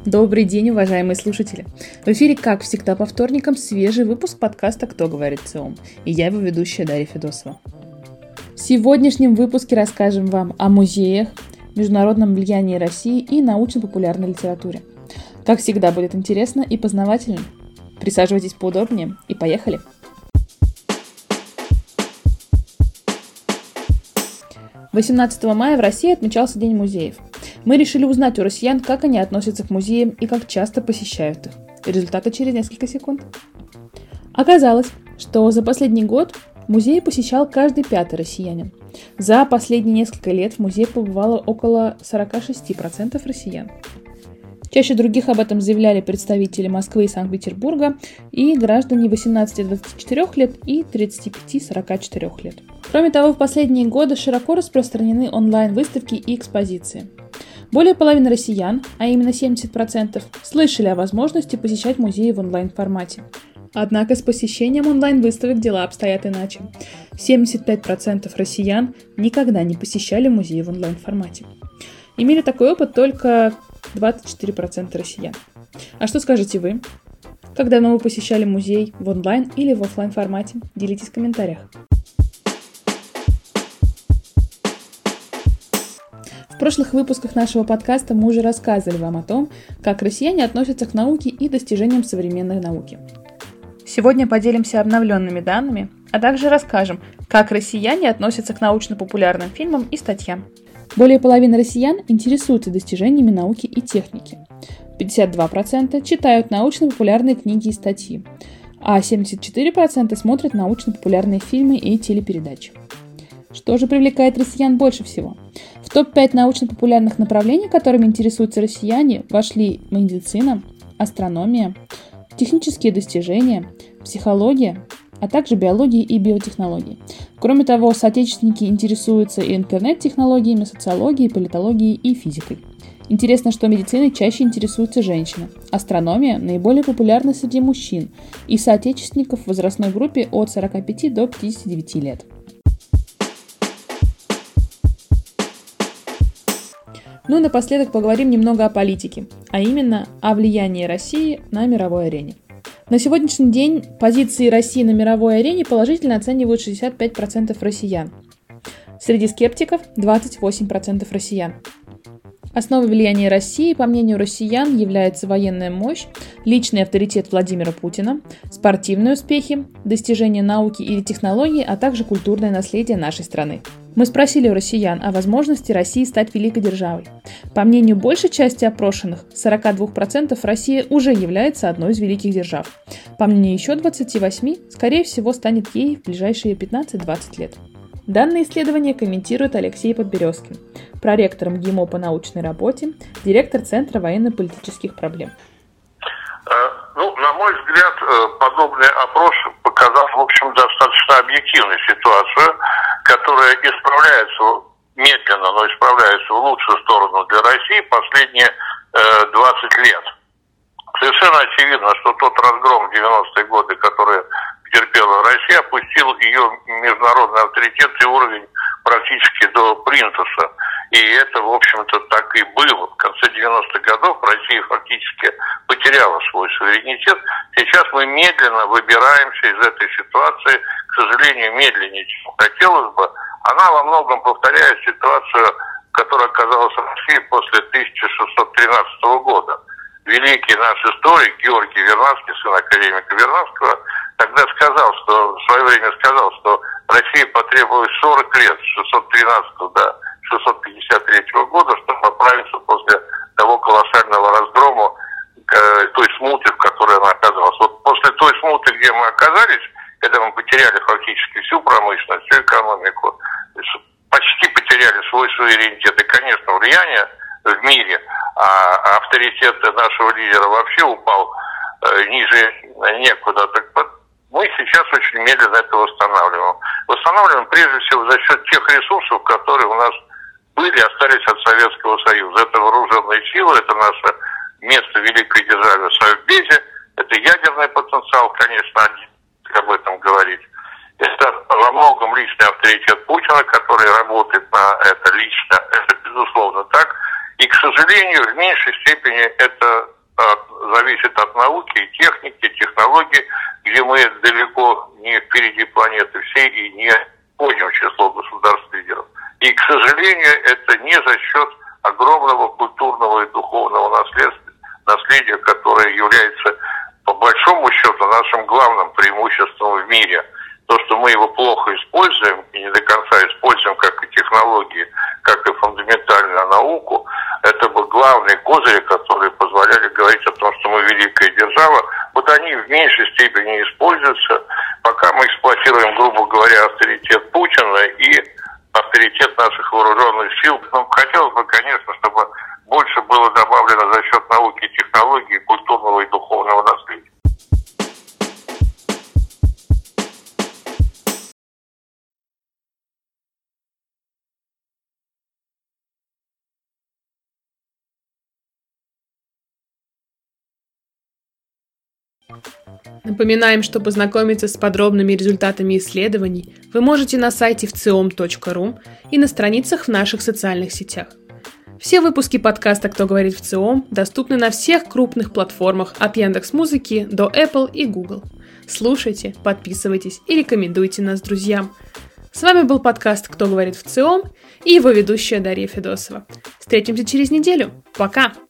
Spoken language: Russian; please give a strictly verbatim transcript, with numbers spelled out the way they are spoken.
Добрый день, уважаемые слушатели! В эфире, как всегда, по вторникам свежий выпуск подкаста «Кто говорит ЦИОМ?» и я его ведущая Дарья Федосова. В сегодняшнем выпуске расскажем вам о музеях, международном влиянии России и научно-популярной литературе. Как всегда, будет интересно и познавательно. Присаживайтесь поудобнее и поехали! восемнадцатого мая в России отмечался День музеев. Мы решили узнать у россиян, как они относятся к музеям и как часто посещают их. Результаты через несколько секунд. Оказалось, что за последний год музей посещал каждый пятый россиянин. За последние несколько лет в музее побывало около сорок шесть процентов россиян. Чаще других об этом заявляли представители Москвы и Санкт-Петербурга и граждане восемнадцати-двадцати четырёх лет и тридцати пяти-сорока четырёх лет. Кроме того, в последние годы широко распространены онлайн-выставки и экспозиции. Более половины россиян, а именно семьдесят процентов, слышали о возможности посещать музеи в онлайн-формате. Однако с посещением онлайн-выставок дела обстоят иначе. семьдесят пять процентов россиян никогда не посещали музеи в онлайн-формате. Имели такой опыт только двадцать четыре процента россиян. А что скажете вы? Как давно вы посещали музей в онлайн или в офлайн формате? Делитесь в комментариях. В прошлых выпусках нашего подкаста мы уже рассказывали вам о том, как россияне относятся к науке и достижениям современной науки. Сегодня поделимся обновленными данными, а также расскажем, как россияне относятся к научно-популярным фильмам и статьям. Более половины россиян интересуются достижениями науки и техники. пятьдесят два процента читают научно-популярные книги и статьи, а семьдесят четыре процента смотрят научно-популярные фильмы и телепередачи. Что же привлекает россиян больше всего? В топ пять научно-популярных направлений, которыми интересуются россияне, вошли медицина, астрономия, технические достижения, психология, а также биология и биотехнологии. Кроме того, соотечественники интересуются и интернет-технологиями, социологией, политологией и физикой. Интересно, что медициной чаще интересуются женщины. Астрономия наиболее популярна среди мужчин и соотечественников в возрастной группе от сорока пяти до пятидесяти девяти лет. Ну и напоследок поговорим немного о политике, а именно о влиянии России на мировой арене. На сегодняшний день позиции России на мировой арене положительно оценивают шестьдесят пять процентов россиян. Среди скептиков двадцать восемь процентов россиян. Основой влияния России, по мнению россиян, является военная мощь, личный авторитет Владимира Путина, спортивные успехи, достижения науки или технологий, а также культурное наследие нашей страны. Мы спросили у россиян о возможности России стать великой державой. По мнению большей части опрошенных, сорок два процента Россия уже является одной из великих держав. По мнению еще двадцати восьми процентов, скорее всего, станет ей в ближайшие пятнадцать-двадцать лет. Данное исследование комментирует Алексей Подберезкин, проректор МГИМО по научной работе, директор Центра военно-политических проблем. Ну, на мой взгляд, подобный опрос показал, в общем, достаточно объективную ситуацию, которая исправляется медленно, но исправляется в лучшую сторону для России последние двадцать лет. Совершенно очевидно, что тот разгром в девяностые годы, который потерпела Россия, опустил ее международный авторитет и уровень практически до плинтуса. И это, в общем-то, так и было. В конце девяностых годов Россия фактически потеряла свой суверенитет. Сейчас мы медленно выбираемся из этой ситуации, к сожалению, медленнее, чем хотелось бы. Она во многом повторяет ситуацию, которая оказалась в России после тысяча шестьсот тринадцатого года. Великий наш историк Георгий Вернадский, сын академика Вернадского, тогда сказал, что в свое время сказал, что России потребовалось сорок лет, с шестьсот тринадцатого до шестьсот пятьдесят третьего года, чтобы оправиться после того колоссального разгрома, той смуты, в которой она оказалась. Вот после той смуты, где мы оказались, когда мы потеряли фактически всю промышленность, всю экономику, почти потеряли свой суверенитет и, конечно, влияние в мире, а авторитет нашего лидера вообще упал э, ниже некуда. Так мы сейчас очень медленно это восстанавливаем. Восстанавливаем прежде всего за счет тех ресурсов, которые у нас были, остались от Советского Союза. Это вооруженные силы, это наше место в великой державе в Совбезе, это ядерный потенциал, конечно, об этом говорить. Это во многом личный авторитет Путина, который работает на это лично, это безусловно так. И, к сожалению, в меньшей степени это от, зависит от науки, техники, технологий, где мы далеко не впереди планеты всей и не входим в число государств-лидеров. И, к сожалению, это не за счет огромного культурного и духовного наследства, наследия, которое является, по большому счету, нашим главным преимуществом в мире. То, что мы его плохо используем и не до конца используем как и технологии, как и фундаментальную науку, это бы главные козыри, которые позволяли говорить о том, что мы великая держава. Вот они в меньшей степени используются, пока мы эксплуатируем, грубо говоря, авторитет Путина и авторитет наших вооруженных сил. Ну, хотелось бы, конечно, чтобы больше было добавлено за счет науки, технологий, культурного и духовного наследия. Напоминаем, что познакомиться с подробными результатами исследований вы можете на сайте эф ци ом точка ру и на страницах в наших социальных сетях. Все выпуски подкаста «Кто говорит в ЦИОМ» доступны на всех крупных платформах от Яндекс.Музыки до Apple и Google. Слушайте, подписывайтесь и рекомендуйте нас друзьям. С вами был подкаст «Кто говорит в ЦИОМ» и его ведущая Дарья Федосова. Встретимся через неделю. Пока!